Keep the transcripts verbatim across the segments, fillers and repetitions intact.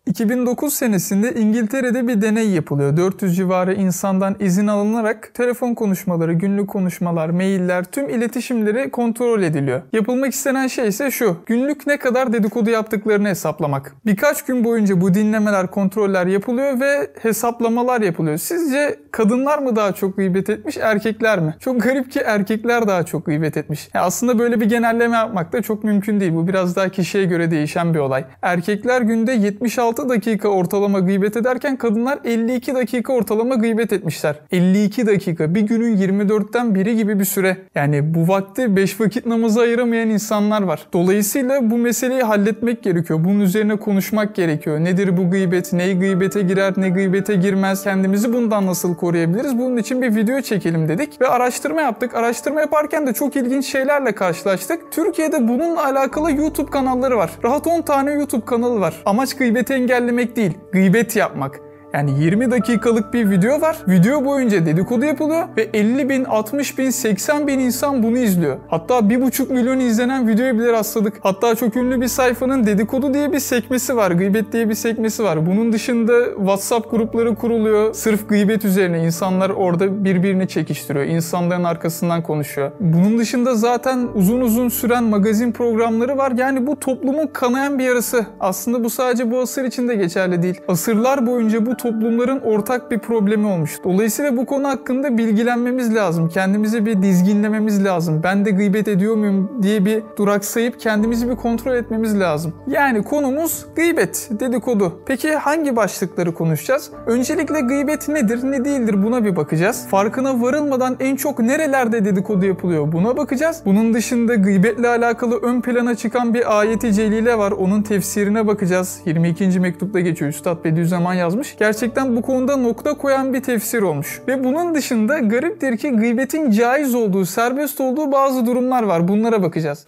iki bin dokuz senesinde İngiltere'de bir deney yapılıyor. dört yüz civarı insandan izin alınarak telefon konuşmaları, günlük konuşmalar, mailler, tüm iletişimleri kontrol ediliyor. Yapılmak istenen şey ise şu: günlük ne kadar dedikodu yaptıklarını hesaplamak. Birkaç gün boyunca bu dinlemeler, kontroller yapılıyor ve hesaplamalar yapılıyor. Sizce kadınlar mı daha çok gıybet etmiş, erkekler mi? Çok garip ki erkekler daha çok gıybet etmiş. Yani aslında böyle bir genelleme yapmak da çok mümkün değil. Bu biraz daha kişiye göre değişen bir olay. Erkekler günde yetmiş altı dakika ortalama gıybet ederken kadınlar elli iki dakika ortalama gıybet etmişler. elli iki dakika, bir günün yirmi dörtten biri gibi bir süre. Yani bu vakti beş vakit namaza ayıramayan insanlar var. Dolayısıyla bu meseleyi halletmek gerekiyor. Bunun üzerine konuşmak gerekiyor. Nedir bu gıybet? Ne gıybete girer, ne gıybete girmez? Kendimizi bundan nasıl koruyabiliriz? Bunun için bir video çekelim dedik ve araştırma yaptık. Araştırma yaparken de çok ilginç şeylerle karşılaştık. Türkiye'de bununla alakalı YouTube kanalları var. Rahat on tane YouTube kanalı var. Amaç gıybeti engellemek değil, gıybet yapmak. Yani yirmi dakikalık bir video var. Video boyunca dedikodu yapılıyor ve elli bin, altmış bin, seksen bin insan bunu izliyor. Hatta bir buçuk milyon izlenen videoya bile rastladık. Hatta çok ünlü bir sayfanın dedikodu diye bir sekmesi var. Gıybet diye bir sekmesi var. Bunun dışında WhatsApp grupları kuruluyor. Sırf gıybet üzerine insanlar orada birbirini çekiştiriyor. İnsanların arkasından konuşuyor. Bunun dışında zaten uzun uzun süren magazin programları var. Yani bu toplumun kanayan bir yarası. Aslında bu sadece bu asır için de geçerli değil. Asırlar boyunca bu toplumların ortak bir problemi olmuş. Dolayısıyla bu konu hakkında bilgilenmemiz lazım. Kendimizi bir dizginlememiz lazım. Ben de gıybet ediyor muyum diye bir duraksayıp kendimizi bir kontrol etmemiz lazım. Yani konumuz gıybet, dedikodu. Peki hangi başlıkları konuşacağız? Öncelikle gıybet nedir, ne değildir buna bir bakacağız. Farkına varılmadan en çok nerelerde dedikodu yapılıyor buna bakacağız. Bunun dışında gıybetle alakalı ön plana çıkan bir ayet-i celile var. Onun tefsirine bakacağız. yirmi ikinci mektupta geçiyor. Üstad Bediüzzaman yazmış. Gerçekten bu konuda nokta koyan bir tefsir olmuş. Ve bunun dışında gariptir ki gıybetin caiz olduğu, serbest olduğu bazı durumlar var. Bunlara bakacağız.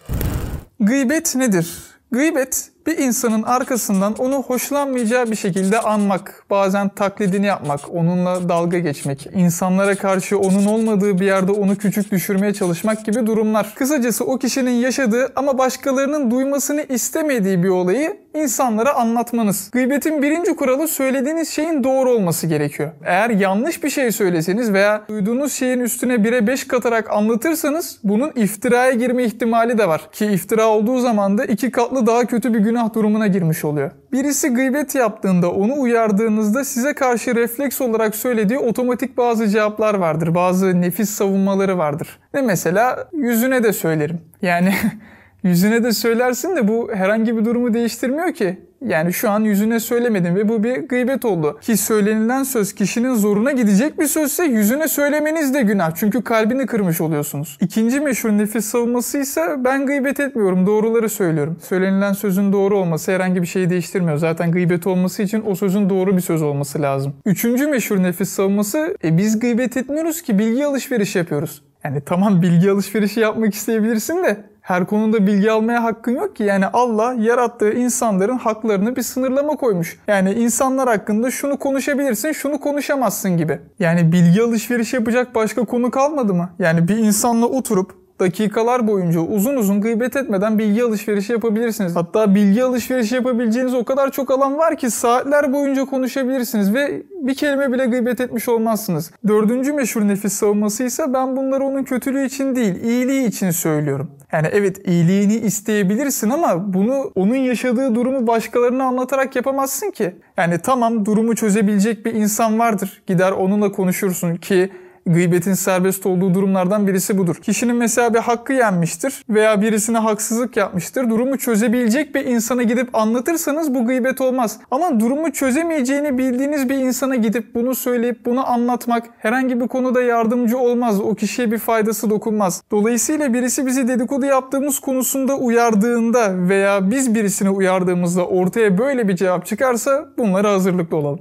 Gıybet nedir? Gıybet, bir insanın arkasından onu hoşlanmayacağı bir şekilde anmak, bazen taklidini yapmak, onunla dalga geçmek, insanlara karşı onun olmadığı bir yerde onu küçük düşürmeye çalışmak gibi durumlar. Kısacası o kişinin yaşadığı ama başkalarının duymasını istemediği bir olayı insanlara anlatmanız. Gıybetin birinci kuralı söylediğiniz şeyin doğru olması gerekiyor. Eğer yanlış bir şey söyleseniz veya duyduğunuz şeyin üstüne bire beş katarak anlatırsanız bunun iftiraya girme ihtimali de var. Ki iftira olduğu zaman da iki katlı daha kötü bir günah durumuna girmiş oluyor. Birisi gıybet yaptığında onu uyardığınızda size karşı refleks olarak söylediği otomatik bazı cevaplar vardır. Bazı nefis savunmaları vardır. Ve mesela yüzüne de söylerim. Yani yüzüne de söylersin de bu herhangi bir durumu değiştirmiyor ki. Yani şu an yüzüne söylemedin ve bu bir gıybet oldu. Ki söylenilen söz kişinin zoruna gidecek bir sözse yüzüne söylemeniz de günah. Çünkü kalbini kırmış oluyorsunuz. İkinci meşhur nefis savunması ise ben gıybet etmiyorum, doğruları söylüyorum. Söylenilen sözün doğru olması herhangi bir şeyi değiştirmiyor. Zaten gıybet olması için o sözün doğru bir söz olması lazım. Üçüncü meşhur nefis savunması e biz gıybet etmiyoruz ki bilgi alışverişi yapıyoruz. Yani tamam bilgi alışverişi yapmak isteyebilirsin de her konuda bilgi almaya hakkın yok ki. Yani Allah yarattığı insanların haklarını bir sınırlama koymuş. Yani insanlar hakkında şunu konuşabilirsin, şunu konuşamazsın gibi. Yani bilgi alışverişi yapacak başka konu kalmadı mı? Yani bir insanla oturup dakikalar boyunca uzun uzun gıybet etmeden bilgi alışverişi yapabilirsiniz. Hatta bilgi alışverişi yapabileceğiniz o kadar çok alan var ki saatler boyunca konuşabilirsiniz ve bir kelime bile gıybet etmiş olmazsınız. Dördüncü meşhur nefis savunması ise ben bunları onun kötülüğü için değil, iyiliği için söylüyorum. Yani evet iyiliğini isteyebilirsin ama bunu onun yaşadığı durumu başkalarına anlatarak yapamazsın ki. Yani tamam durumu çözebilecek bir insan vardır. Gider onunla konuşursun ki gıybetin serbest olduğu durumlardan birisi budur. Kişinin mesela bir hakkı yenmiştir veya birisine haksızlık yapmıştır. Durumu çözebilecek bir insana gidip anlatırsanız bu gıybet olmaz. Ama durumu çözemeyeceğini bildiğiniz bir insana gidip bunu söyleyip bunu anlatmak herhangi bir konuda yardımcı olmaz. O kişiye bir faydası dokunmaz. Dolayısıyla birisi bizi dedikodu yaptığımız konusunda uyardığında veya biz birisini uyardığımızda ortaya böyle bir cevap çıkarsa bunlara hazırlıklı olalım.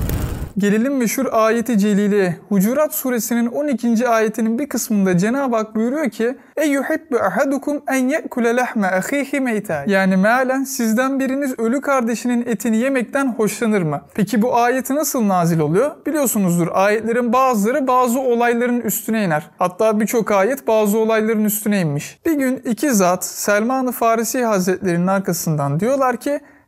Gelelim meşhur ayeti celileye. Hucurat suresinin on ikinci ayetinin bir kısmında Cenab-ı Hak buyuruyor ki "Eyyuhibbu ahadukum en ye'kule lahme ahihi meyta." Yani mealen sizden biriniz ölü kardeşinin etini yemekten hoşlanır mı? Peki bu ayeti nasıl nazil oluyor? Biliyorsunuzdur ayetlerin bazıları bazı olayların üstüne iner. Hatta birçok ayet bazı olayların üstüne inmiş. Bir gün iki zat Selman-ı Farisi Hazretleri'nin arkasından diyorlar ki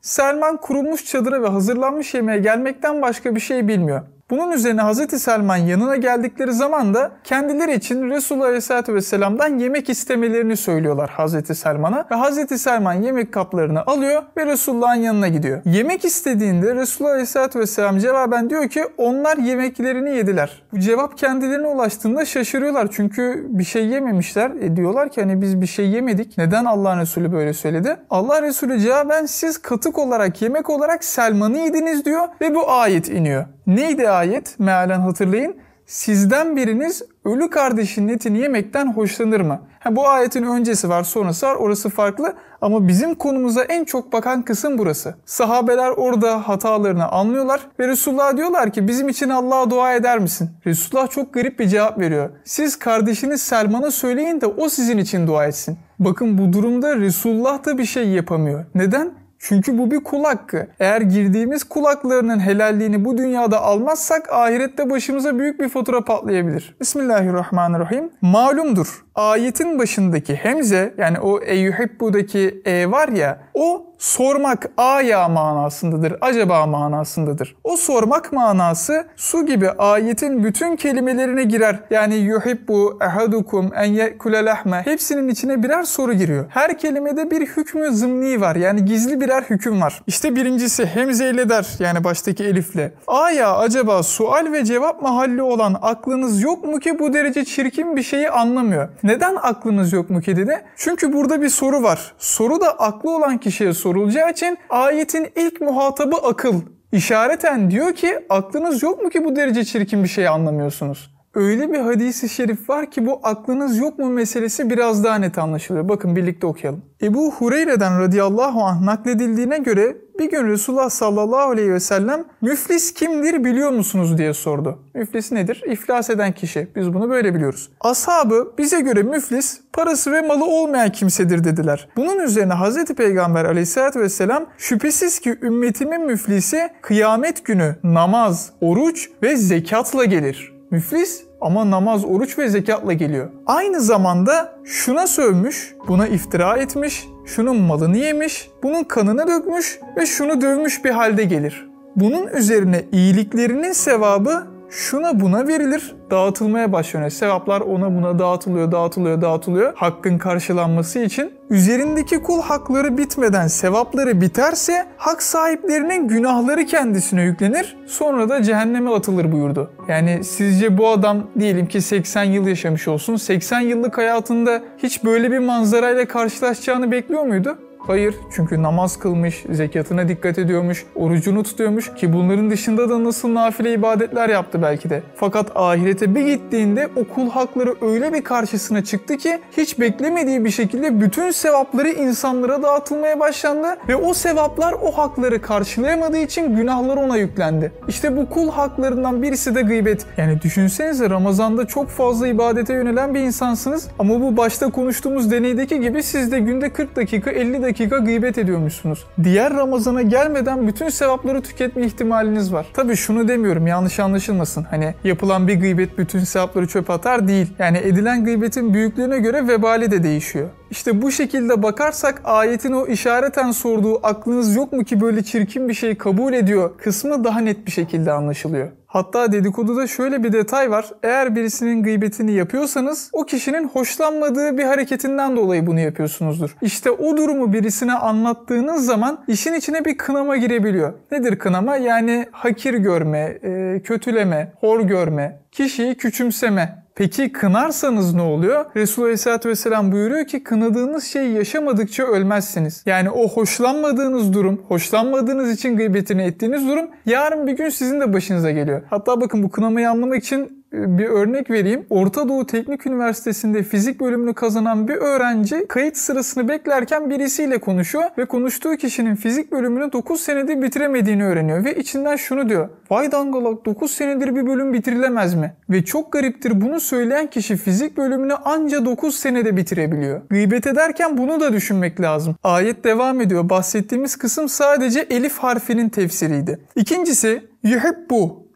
Selman kurulmuş çadıra ve hazırlanmış yemeğe gelmekten başka bir şey bilmiyor. Bunun üzerine Hazreti Selman yanına geldikleri zaman da kendileri için Resulullah Aleyhisselatü Vesselam'dan yemek istemelerini söylüyorlar Hazreti Selman'a. Ve Hazreti Selman yemek kaplarını alıyor ve Resulullah'ın yanına gidiyor. Yemek istediğinde Resulullah Aleyhisselatü Vesselam cevaben diyor ki onlar yemeklerini yediler. Bu cevap kendilerine ulaştığında şaşırıyorlar. Çünkü bir şey yememişler. E diyorlar ki hani biz bir şey yemedik. Neden Allah'ın Resulü böyle söyledi? Allah Resulü cevaben siz katık olarak, yemek olarak Selman'ı yediniz diyor ve bu ayet iniyor. Neydi ayet? Mealen hatırlayın. Sizden biriniz ölü kardeşinin etini yemekten hoşlanır mı? Ha, bu ayetin öncesi var, sonrası var. Orası farklı. Ama bizim konumuza en çok bakan kısım burası. Sahabeler orada hatalarını anlıyorlar ve Resulullah'a diyorlar ki bizim için Allah'a dua eder misin? Resulullah çok garip bir cevap veriyor. Siz kardeşiniz Selman'a söyleyin de o sizin için dua etsin. Bakın bu durumda Resulullah da bir şey yapamıyor. Neden? Çünkü bu bir kul hakkı. Eğer girdiğimiz kul haklarının helalliğini bu dünyada almazsak ahirette başımıza büyük bir fatura patlayabilir. Bismillahirrahmanirrahim. Malumdur. Ayetin başındaki hemze yani o eyyuhibbu'daki e var ya o sormak aya manasındadır. Acaba manasındadır. O sormak manası su gibi ayetin bütün kelimelerine girer. Yani yuhibbu ahadukum en ye'kule lahme hepsinin içine birer soru giriyor. Her kelimede bir hükmü zımni var. Yani gizli birer hüküm var. İşte birincisi hemze ile der yani baştaki elifle. Aya acaba sual ve cevap mahalli olan aklınız yok mu ki bu derece çirkin bir şeyi anlamıyor? Neden aklınız yok mu ki dedi? Çünkü burada bir soru var. Soru da aklı olan kişiye sorulacağı için ayetin ilk muhatabı akıl. İşareten diyor ki aklınız yok mu ki bu derece çirkin bir şeyi anlamıyorsunuz? Öyle bir hadis-i şerif var ki bu aklınız yok mu meselesi biraz daha net anlaşılıyor. Bakın birlikte okuyalım. Ebu Hureyre'den radıyallahu anh nakledildiğine göre bir gün Resulullah sallallahu aleyhi ve sellem müflis kimdir biliyor musunuz diye sordu. Müflis nedir? İflas eden kişi. Biz bunu böyle biliyoruz. Ashabı bize göre müflis parası ve malı olmayan kimsedir dediler. Bunun üzerine Hazreti Peygamber aleyhissalatü vesselam şüphesiz ki ümmetimin müflisi kıyamet günü namaz, oruç ve zekatla gelir. Müflis ama namaz, oruç ve zekatla geliyor. Aynı zamanda şuna sövmüş, buna iftira etmiş, şunun malını yemiş, bunun kanını dökmüş ve şunu dövmüş bir halde gelir. Bunun üzerine iyiliklerinin sevabı şuna buna verilir, dağıtılmaya başlanıyor. Sevaplar ona buna dağıtılıyor, dağıtılıyor, dağıtılıyor. Hakkın karşılanması için. Üzerindeki kul hakları bitmeden sevapları biterse hak sahiplerinin günahları kendisine yüklenir. Sonra da cehenneme atılır buyurdu. Yani sizce bu adam diyelim ki seksen yıl yaşamış olsun. seksen yıllık hayatında hiç böyle bir manzarayla karşılaşacağını bekliyor muydu? Hayır, çünkü namaz kılmış, zekatına dikkat ediyormuş, orucunu tutuyormuş ki bunların dışında da nasıl nafile ibadetler yaptı belki de. Fakat ahirete bir gittiğinde o kul hakları öyle bir karşısına çıktı ki hiç beklemediği bir şekilde bütün sevapları insanlara dağıtılmaya başlandı ve o sevaplar o hakları karşılayamadığı için günahlar ona yüklendi. İşte bu kul haklarından birisi de gıybet. Yani düşünsenize Ramazan'da çok fazla ibadete yönelen bir insansınız ama bu başta konuştuğumuz deneydeki gibi siz de günde kırk dakika, elli dakika dakika gıybet ediyormuşsunuz. Diğer Ramazan'a gelmeden bütün sevapları tüketme ihtimaliniz var. Tabii şunu demiyorum, yanlış anlaşılmasın. Hani yapılan bir gıybet bütün sevapları çöpe atar değil. Yani edilen gıybetin büyüklüğüne göre vebali de değişiyor. İşte bu şekilde bakarsak ayetin o işareten sorduğu aklınız yok mu ki böyle çirkin bir şeyi kabul ediyor kısmı daha net bir şekilde anlaşılıyor. Hatta dedikoduda şöyle bir detay var. Eğer birisinin gıybetini yapıyorsanız o kişinin hoşlanmadığı bir hareketinden dolayı bunu yapıyorsunuzdur. İşte o durumu birisine anlattığınız zaman işin içine bir kınama girebiliyor. Nedir kınama? Yani hakir görme, kötüleme, hor görme, kişiyi küçümseme. Peki kınarsanız ne oluyor? Resulullah Aleyhisselatü Vesselam buyuruyor ki kınadığınız şeyi yaşamadıkça ölmezsiniz. Yani o hoşlanmadığınız durum, hoşlanmadığınız için gıybetini ettiğiniz durum yarın bir gün sizin de başınıza geliyor. Hatta bakın bu kınamayı anlamak için bir örnek vereyim. Orta Doğu Teknik Üniversitesi'nde fizik bölümünü kazanan bir öğrenci kayıt sırasını beklerken birisiyle konuşuyor ve konuştuğu kişinin fizik bölümünü dokuz senedir bitiremediğini öğreniyor ve içinden şunu diyor. Vay dangalak, dokuz senedir bir bölüm bitirilemez mi? Ve çok gariptir, bunu söyleyen kişi fizik bölümünü anca dokuz senede bitirebiliyor. Gıybet ederken bunu da düşünmek lazım. Ayet devam ediyor. Bahsettiğimiz kısım sadece elif harfinin tefsiriydi. İkincisi yuhibbu.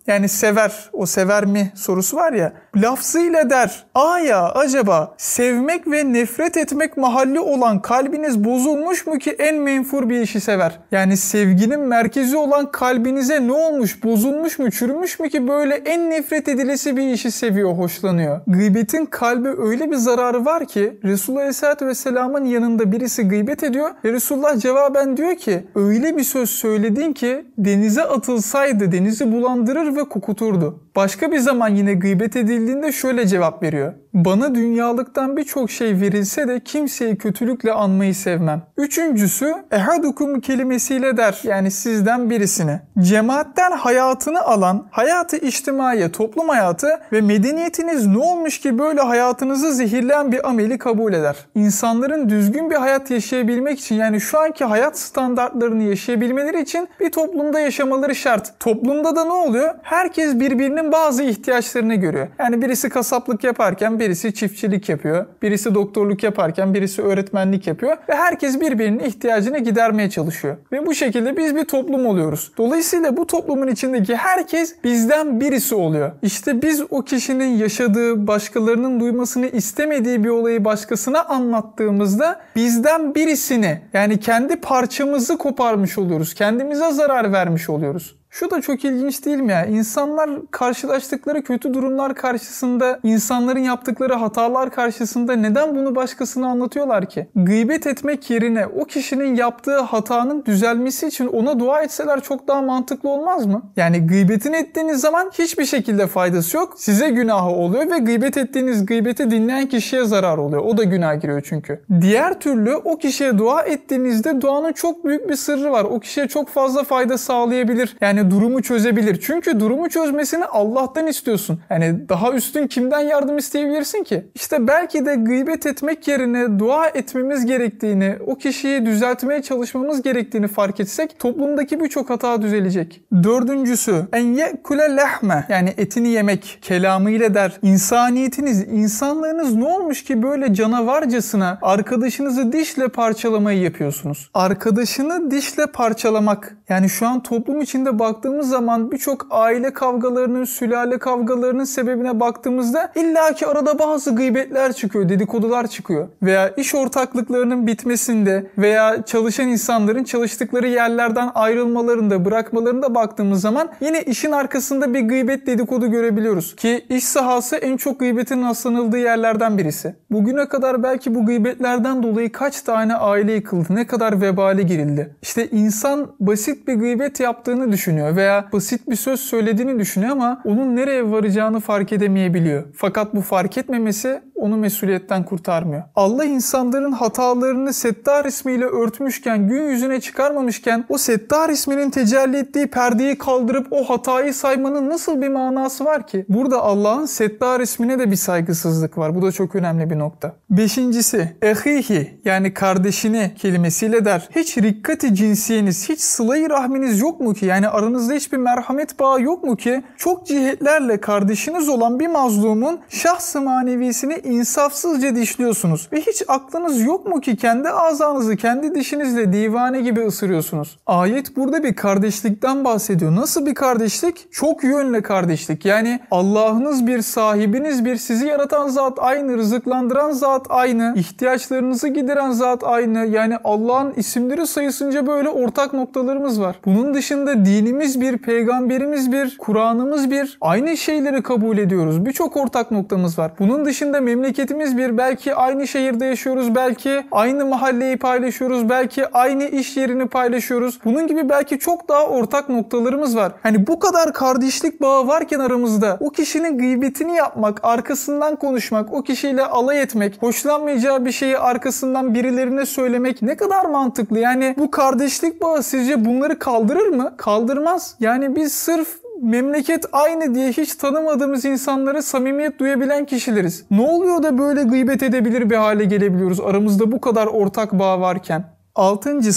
Yani sever, o sever mi sorusu var ya. Lafzıyla der, aya acaba sevmek ve nefret etmek mahalli olan kalbiniz bozulmuş mu ki en menfur bir işi sever? Yani sevginin merkezi olan kalbinize ne olmuş, bozulmuş mu, çürümüş mü ki böyle en nefret edilesi bir işi seviyor, hoşlanıyor? Gıybetin kalbe öyle bir zararı var ki Resulullah Aleyhisselatü Vesselam'ın yanında birisi gıybet ediyor ve Resulullah cevaben diyor ki öyle bir söz söyledin ki denize atılsaydı denizi bulandırır ve kokuturdu. Başka bir zaman yine gıybet edildiğinde şöyle cevap veriyor. Bana dünyalıktan birçok şey verilse de kimseyi kötülükle anmayı sevmem. Üçüncüsü ehadukum kelimesiyle der. Yani sizden birisini. Cemaatten hayatını alan, hayatı içtimaiye, toplum hayatı ve medeniyetiniz ne olmuş ki böyle hayatınızı zehirleyen bir ameli kabul eder. İnsanların düzgün bir hayat yaşayabilmek için yani şu anki hayat standartlarını yaşayabilmeleri için bir toplumda yaşamaları şart. Toplumda da ne oluyor? Herkes birbirinin bazı ihtiyaçlarını görüyor. Yani birisi kasaplık yaparken birisi çiftçilik yapıyor. Birisi doktorluk yaparken birisi öğretmenlik yapıyor. Ve herkes birbirinin ihtiyacını gidermeye çalışıyor. Ve bu şekilde biz bir toplum oluyoruz. Dolayısıyla bu toplumun içindeki herkes bizden birisi oluyor. İşte biz o kişinin yaşadığı, başkalarının duymasını istemediği bir olayı başkasına anlattığımızda bizden birisini yani kendi parçamızı koparmış oluyoruz. Kendimize zarar vermiş oluyoruz. Şu da çok ilginç değil mi ya? İnsanlar karşılaştıkları kötü durumlar karşısında, insanların yaptıkları hatalar karşısında neden bunu başkasına anlatıyorlar ki? Gıybet etmek yerine o kişinin yaptığı hatanın düzelmesi için ona dua etseler çok daha mantıklı olmaz mı? Yani gıybetini ettiğiniz zaman hiçbir şekilde faydası yok. Size günahı oluyor ve gıybet ettiğiniz gıybeti dinleyen kişiye zarar oluyor. O da günah giriyor çünkü. Diğer türlü o kişiye dua ettiğinizde duanın çok büyük bir sırrı var. O kişiye çok fazla fayda sağlayabilir. Yani durumu çözebilir. Çünkü durumu çözmesini Allah'tan istiyorsun. Yani daha üstün kimden yardım isteyebilirsin ki? İşte belki de gıybet etmek yerine dua etmemiz gerektiğini, o kişiyi düzeltmeye çalışmamız gerektiğini fark etsek toplumdaki birçok hata düzelecek. Dördüncüsü en ye'kule lehme yani etini yemek kelamıyla der. İnsaniyetiniz, insanlığınız ne olmuş ki böyle canavarcasına arkadaşınızı dişle parçalamayı yapıyorsunuz? Arkadaşını dişle parçalamak yani şu an toplum içinde baktığımız zaman birçok aile kavgalarının, sülale kavgalarının sebebine baktığımızda illaki arada bazı gıybetler çıkıyor, dedikodular çıkıyor. Veya iş ortaklıklarının bitmesinde veya çalışan insanların çalıştıkları yerlerden ayrılmalarında, bırakmalarında baktığımız zaman yine işin arkasında bir gıybet dedikodu görebiliyoruz. Ki iş sahası en çok gıybetin rastlanıldığı yerlerden birisi. Bugüne kadar belki bu gıybetlerden dolayı kaç tane aile yıkıldı, ne kadar vebale girildi. İşte insan basit bir gıybet yaptığını düşünüyor veya basit bir söz söylediğini düşünüyor ama onun nereye varacağını fark edemeyebiliyor. Fakat bu fark etmemesi onu mesuliyetten kurtarmıyor. Allah insanların hatalarını Settar ismiyle örtmüşken, gün yüzüne çıkarmamışken o Settar isminin tecelli ettiği perdeyi kaldırıp o hatayı saymanın nasıl bir manası var ki? Burada Allah'ın Settar ismine de bir saygısızlık var. Bu da çok önemli bir nokta. Beşincisi, ehihi yani kardeşini kelimesiyle der. Hiç rikkati cinsiyeniz, hiç sıla-i rahminiz yok mu ki? Yani aranızda hiçbir merhamet bağı yok mu ki? Çok cihetlerle kardeşiniz olan bir mazlumun şahs-ı manevisini insafsızca dişliyorsunuz. Ve hiç aklınız yok mu ki kendi ağzınızı kendi dişinizle divane gibi ısırıyorsunuz? Ayet burada bir kardeşlikten bahsediyor. Nasıl bir kardeşlik? Çok yönlü kardeşlik. Yani Allah'ınız bir, sahibiniz bir, sizi yaratan zat aynı, rızıklandıran zat aynı, ihtiyaçlarınızı gideren zat aynı. Yani Allah'ın isimleri sayısınca böyle ortak noktalarımız var. Bunun dışında dinimiz bir, peygamberimiz bir, Kur'an'ımız bir. Aynı şeyleri kabul ediyoruz. Birçok ortak noktamız var. Bunun dışında memleketimiz bir. Belki aynı şehirde yaşıyoruz. Belki aynı mahalleyi paylaşıyoruz. Belki aynı iş yerini paylaşıyoruz. Bunun gibi belki çok daha ortak noktalarımız var. Hani bu kadar kardeşlik bağı varken aramızda o kişinin gıybetini yapmak, arkasından konuşmak, o kişiyle alay etmek, hoşlanmayacağı bir şeyi arkasından birilerine söylemek ne kadar mantıklı? Yani bu kardeşlik bağı sizce bunları kaldırır mı? Kaldırmaz. Yani biz sırf memleket aynı diye hiç tanımadığımız insanlara samimiyet duyabilen kişileriz. Ne oluyor da böyle gıybet edebilir bir hale gelebiliyoruz aramızda bu kadar ortak bağ varken? Altıncısı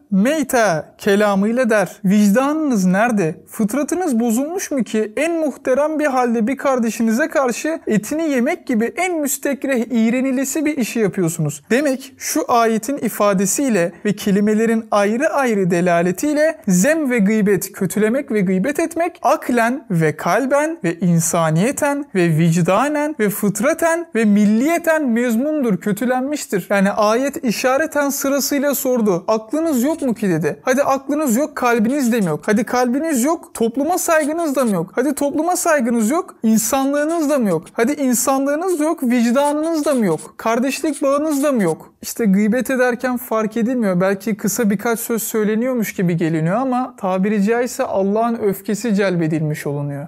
Meyta kelamıyla der. Vicdanınız nerede? Fıtratınız bozulmuş mu ki en muhterem bir halde bir kardeşinize karşı etini yemek gibi en müstekreh, iğrenilesi bir işi yapıyorsunuz. Demek şu ayetin ifadesiyle ve kelimelerin ayrı ayrı delaletiyle zem ve gıybet, kötülemek ve gıybet etmek aklen ve kalben ve insaniyeten ve vicdanen ve fıtraten ve milliyeten mezmundur, kötülenmiştir. Yani ayet işareten sırasıyla sordu. Aklınız yok mu ki dedi. Hadi aklınız yok, kalbiniz de mi yok? Hadi kalbiniz yok, topluma saygınız da mı yok? Hadi topluma saygınız yok, insanlığınız da mı yok? Hadi insanlığınız da yok, vicdanınız da mı yok? Kardeşlik bağınız da mı yok? İşte gıybet ederken fark edilmiyor. Belki kısa birkaç söz söyleniyormuş gibi geliniyor ama tabiri caizse Allah'ın öfkesi celbedilmiş olunuyor.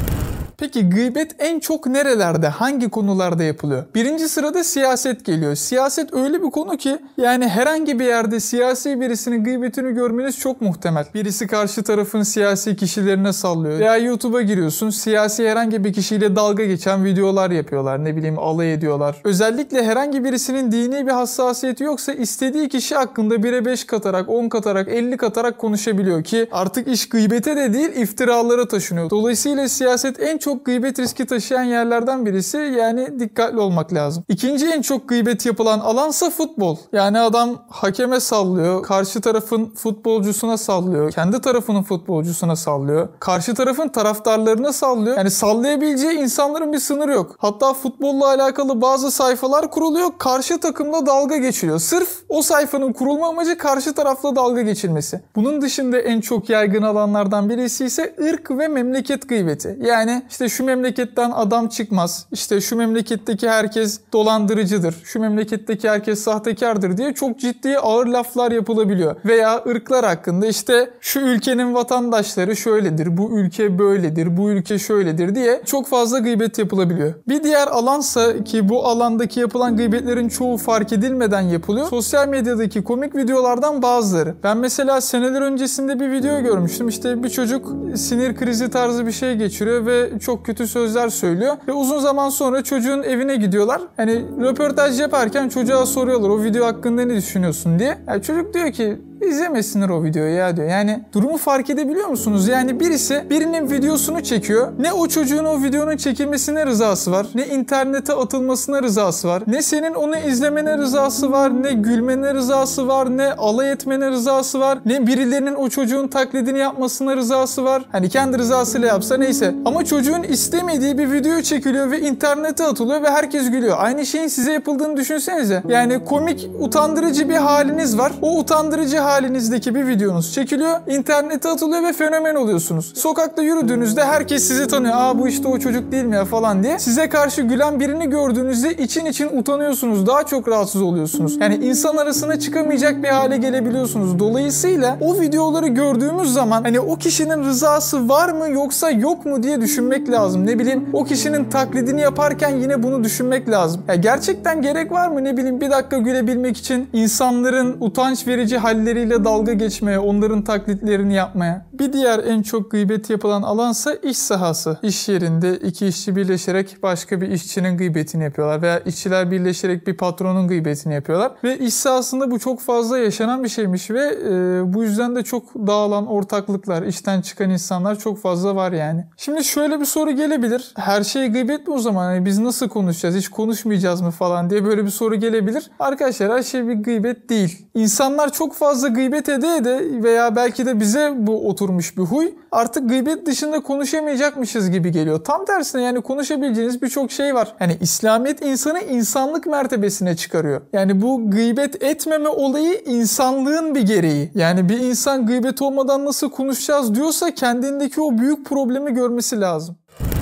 Peki gıybet en çok nerelerde, hangi konularda yapılıyor? Birinci sırada siyaset geliyor. Siyaset öyle bir konu ki yani herhangi bir yerde siyasi birisinin gıybetini görmeniz çok muhtemel. Birisi karşı tarafın siyasi kişilerine sallıyor. Veya YouTube'a giriyorsun, siyasi herhangi bir kişiyle dalga geçen videolar yapıyorlar. Ne bileyim alay ediyorlar. Özellikle herhangi birisinin dini bir hassasiyeti yoksa istediği kişi hakkında bire beş katarak, on katarak, elli katarak konuşabiliyor ki artık iş gıybete de değil iftiralara taşınıyor. Dolayısıyla siyaset en çok gıybet riski taşıyan yerlerden birisi, yani dikkatli olmak lazım. İkinci en çok gıybet yapılan alansa futbol. Yani adam hakeme sallıyor, karşı tarafın futbolcusuna sallıyor, kendi tarafının futbolcusuna sallıyor, karşı tarafın taraftarlarına sallıyor. Yani sallayabileceği insanların bir sınırı yok. Hatta futbolla alakalı bazı sayfalar kuruluyor, karşı takımla dalga geçiliyor. Sırf o sayfanın kurulma amacı karşı tarafla dalga geçilmesi. Bunun dışında en çok yaygın alanlardan birisi ise ırk ve memleket gıybeti. Yani İşte şu memleketten adam çıkmaz, İşte şu memleketteki herkes dolandırıcıdır, şu memleketteki herkes sahtekardır diye çok ciddi ağır laflar yapılabiliyor. Veya ırklar hakkında işte şu ülkenin vatandaşları şöyledir, bu ülke böyledir, bu ülke şöyledir diye çok fazla gıybet yapılabiliyor. Bir diğer alansa ki bu alandaki yapılan gıybetlerin çoğu fark edilmeden yapılıyor. Sosyal medyadaki komik videolardan bazıları. Ben mesela seneler öncesinde bir video görmüştüm. İşte bir çocuk sinir krizi tarzı bir şey geçiriyor ve çok kötü sözler söylüyor ve uzun zaman sonra çocuğun evine gidiyorlar. Hani röportaj yaparken çocuğa soruyorlar o video hakkında ne düşünüyorsun diye. Yani çocuk diyor ki İzlemesinler o videoyu ya diyor. Yani durumu fark edebiliyor musunuz? Yani birisi birinin videosunu çekiyor. Ne o çocuğun o videonun çekilmesine rızası var. Ne internete atılmasına rızası var. Ne senin onu izlemene rızası var. Ne gülmene rızası var. Ne alay etmene rızası var. Ne birilerinin o çocuğun taklidini yapmasına rızası var. Hani kendi rızasıyla yapsa neyse. Ama çocuğun istemediği bir video çekiliyor ve internete atılıyor ve herkes gülüyor. Aynı şeyin size yapıldığını düşünsenize. Yani komik, utandırıcı bir haliniz var. O utandırıcı halinizdeki bir videonuz çekiliyor, internete atılıyor ve fenomen oluyorsunuz. Sokakta yürüdüğünüzde herkes sizi tanıyor. Aa bu işte o çocuk değil mi ya falan diye. Size karşı gülen birini gördüğünüzde için için utanıyorsunuz. Daha çok rahatsız oluyorsunuz. Yani insan arasına çıkamayacak bir hale gelebiliyorsunuz. Dolayısıyla o videoları gördüğümüz zaman hani o kişinin rızası var mı yoksa yok mu diye düşünmek lazım. Ne bileyim o kişinin taklidini yaparken yine bunu düşünmek lazım. Ya gerçekten gerek var mı ne bileyim bir dakika gülebilmek için insanların utanç verici halleri ile dalga geçmeye, onların taklitlerini yapmaya. Bir diğer en çok gıybet yapılan alansa iş sahası. İş yerinde iki işçi birleşerek başka bir işçinin gıybetini yapıyorlar veya işçiler birleşerek bir patronun gıybetini yapıyorlar ve iş sahasında bu çok fazla yaşanan bir şeymiş ve e, bu yüzden de çok dağılan ortaklıklar, işten çıkan insanlar çok fazla var yani. Şimdi şöyle bir soru gelebilir. Her şey gıybet mi o zaman? Yani biz nasıl konuşacağız? Hiç konuşmayacağız mı falan diye böyle bir soru gelebilir. Arkadaşlar her şey bir gıybet değil. İnsanlar çok fazla gıybet ede ede veya belki de bize bu oturmuş bir huy artık gıybet dışında konuşamayacakmışız gibi geliyor. Tam tersine yani konuşabileceğiniz birçok şey var. Yani İslamiyet insanı insanlık mertebesine çıkarıyor. Yani bu gıybet etmeme olayı insanlığın bir gereği. Yani bir insan gıybet olmadan nasıl konuşacağız diyorsa kendindeki o büyük problemi görmesi lazım.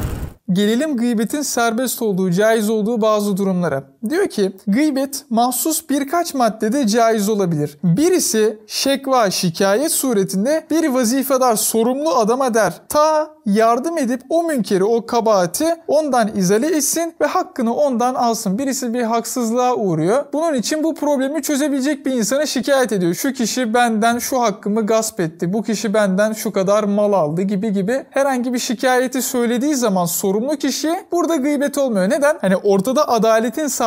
Gelelim gıybetin serbest olduğu, caiz olduğu bazı durumlara. Diyor ki, gıybet mahsus birkaç maddede caiz olabilir. Birisi şekva, şikayet suretinde bir vazifedar sorumlu adama der. Ta yardım edip o münkeri, o kabahati ondan izale etsin ve hakkını ondan alsın. Birisi bir haksızlığa uğruyor. Bunun için bu problemi çözebilecek bir insana şikayet ediyor. Şu kişi benden şu hakkımı gasp etti. Bu kişi benden şu kadar mal aldı gibi gibi herhangi bir şikayeti söylediği zaman sorumlu kişi burada gıybet olmuyor. Neden? Hani ortada adaletin sağlanması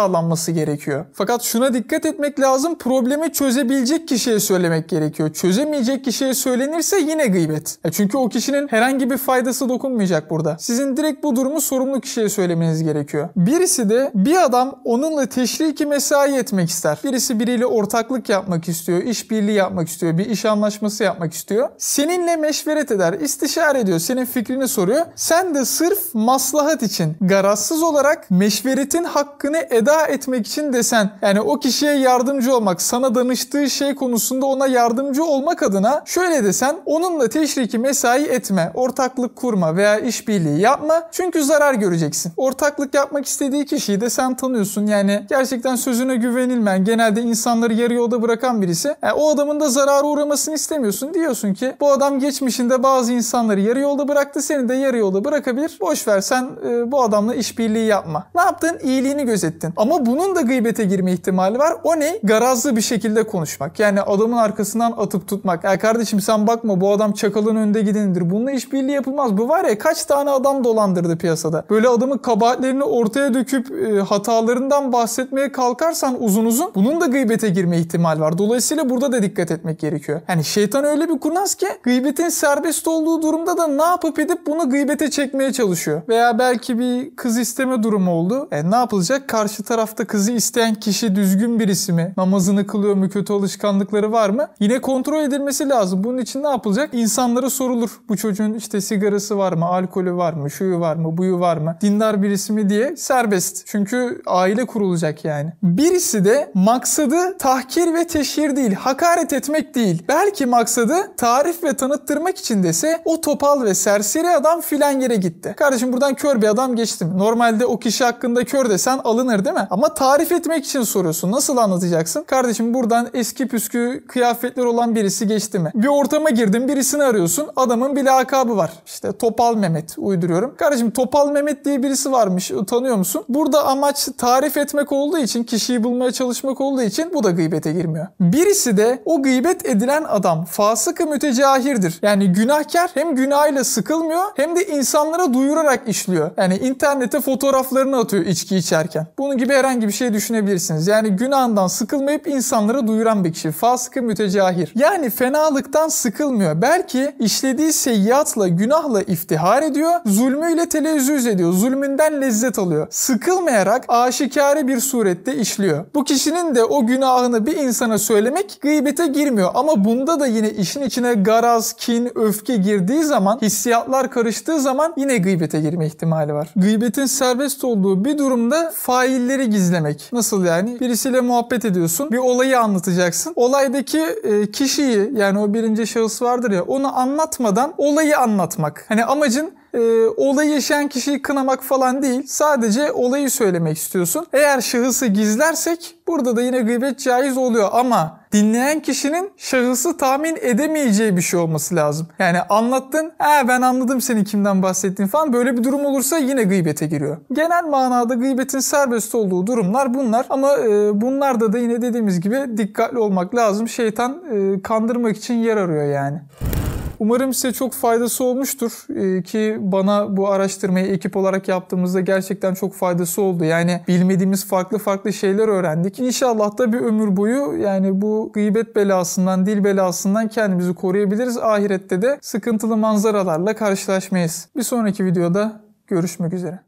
sağlanması gerekiyor. Fakat şuna dikkat etmek lazım. Problemi çözebilecek kişiye söylemek gerekiyor. Çözemeyecek kişiye söylenirse yine gıybet. E çünkü o kişinin herhangi bir faydası dokunmayacak burada. Sizin direkt bu durumu sorumlu kişiye söylemeniz gerekiyor. Birisi de bir adam onunla teşriki mesai etmek ister. Birisi biriyle ortaklık yapmak istiyor, işbirliği yapmak istiyor, bir iş anlaşması yapmak istiyor. Seninle meşveret eder, istişare ediyor, senin fikrini soruyor. Sen de sırf maslahat için, garazsız olarak meşveretin hakkını eda etmek için desen, yani o kişiye yardımcı olmak, sana danıştığı şey konusunda ona yardımcı olmak adına şöyle desen, onunla teşriki mesai etme, ortaklık kurma veya işbirliği yapma çünkü zarar göreceksin. Ortaklık yapmak istediği kişiyi de sen tanıyorsun. Yani gerçekten sözüne güvenilmeyen, genelde insanları yarı yolda bırakan birisi. Yani o adamın da zarara uğramasını istemiyorsun. Diyorsun ki bu adam geçmişinde bazı insanları yarı yolda bıraktı, seni de yarı yolda bırakabilir. Boş ver, sen e, bu adamla işbirliği yapma. Ne yaptın? İyiliğini gözettin. Ama bunun da gıybete girme ihtimali var. O ne? Garazlı bir şekilde konuşmak. Yani adamın arkasından atıp tutmak. Ya kardeşim sen bakma, bu adam çakalın önde gidenidir. Bununla işbirliği yapılmaz. Bu var ya, kaç tane adam dolandırdı piyasada. Böyle adamın kabahatlerini ortaya döküp e, hatalarından bahsetmeye kalkarsan uzun uzun, bunun da gıybete girme ihtimali var. Dolayısıyla burada da dikkat etmek gerekiyor. Yani şeytan öyle bir kurnaz ki gıybetin serbest olduğu durumda da ne yapıp edip bunu gıybete çekmeye çalışıyor. Veya belki bir kız isteme durumu oldu. E ne yapılacak? Karşı tarafta kızı isteyen kişi düzgün birisi mi? Namazını kılıyor mu? Kötü alışkanlıkları var mı? Yine kontrol edilmesi lazım. Bunun için ne yapılacak? İnsanlara sorulur. Bu çocuğun işte sigarası var mı? Alkolü var mı? Şuyu var mı? Buyu var mı? Dindar birisi mi diye serbest. Çünkü aile kurulacak yani. Birisi de maksadı tahkir ve teşhir değil, hakaret etmek değil. Belki maksadı tarif ve tanıttırmak için dese o topal ve serseri adam filan yere gitti. Kardeşim buradan kör bir adam geçti mi? Normalde o kişi hakkında kör desen alınır değil mi? Ama tarif etmek için soruyorsun. Nasıl anlatacaksın? Kardeşim buradan eski püskü kıyafetler olan birisi geçti mi? Bir ortama girdin, birisini arıyorsun. Adamın bir lakabı var. İşte Topal Mehmet uyduruyorum. Kardeşim Topal Mehmet diye birisi varmış. Tanıyor musun? Burada amaç tarif etmek olduğu için, kişiyi bulmaya çalışmak olduğu için bu da gıybete girmiyor. Birisi de o gıybet edilen adam fasık-ı mütecahirdir. Yani günahkar, hem günahıyla sıkılmıyor hem de insanlara duyurarak işliyor. Yani internete fotoğraflarını atıyor içki içerken. Bunun gibi herhangi bir şey düşünebilirsiniz. Yani günahından sıkılmayıp insanlara duyuran bir kişi. Fasık-ı mütecahir. Yani fenalıktan sıkılmıyor. Belki işlediği seyyiatla, günahla iftihar ediyor. Zulmüyle telezzüz ediyor. Zulmünden lezzet alıyor. Sıkılmayarak aşikare bir surette işliyor. Bu kişinin de o günahını bir insana söylemek gıybete girmiyor. Ama bunda da yine işin içine garaz, kin, öfke girdiği zaman, hissiyatlar karıştığı zaman yine gıybete girme ihtimali var. Gıybetin serbest olduğu bir durumda failleri gizlemek. Nasıl yani? Birisiyle muhabbet ediyorsun. Bir olayı anlatacaksın. Olaydaki e, kişiyi, yani o birinci şahıs vardır ya, onu anlatmadan olayı anlatmak. Hani amacın e, olayı yaşayan kişiyi kınamak falan değil. Sadece olayı söylemek istiyorsun. Eğer şahısı gizlersek burada da yine gıybet caiz oluyor ama dinleyen kişinin şahısı tahmin edemeyeceği bir şey olması lazım. Yani anlattın, he ben anladım senin kimden bahsettiğin falan, böyle bir durum olursa yine gıybete giriyor. Genel manada gıybetin serbest olduğu durumlar bunlar ama e, bunlarda da yine dediğimiz gibi dikkatli olmak lazım. Şeytan e, kandırmak için yer arıyor yani. Umarım size çok faydası olmuştur ee, ki bana bu araştırmayı ekip olarak yaptığımızda gerçekten çok faydası oldu. Yani bilmediğimiz farklı farklı şeyler öğrendik. İnşallah da bir ömür boyu yani bu gıybet belasından, dil belasından kendimizi koruyabiliriz. Ahirette de sıkıntılı manzaralarla karşılaşmayız. Bir sonraki videoda görüşmek üzere.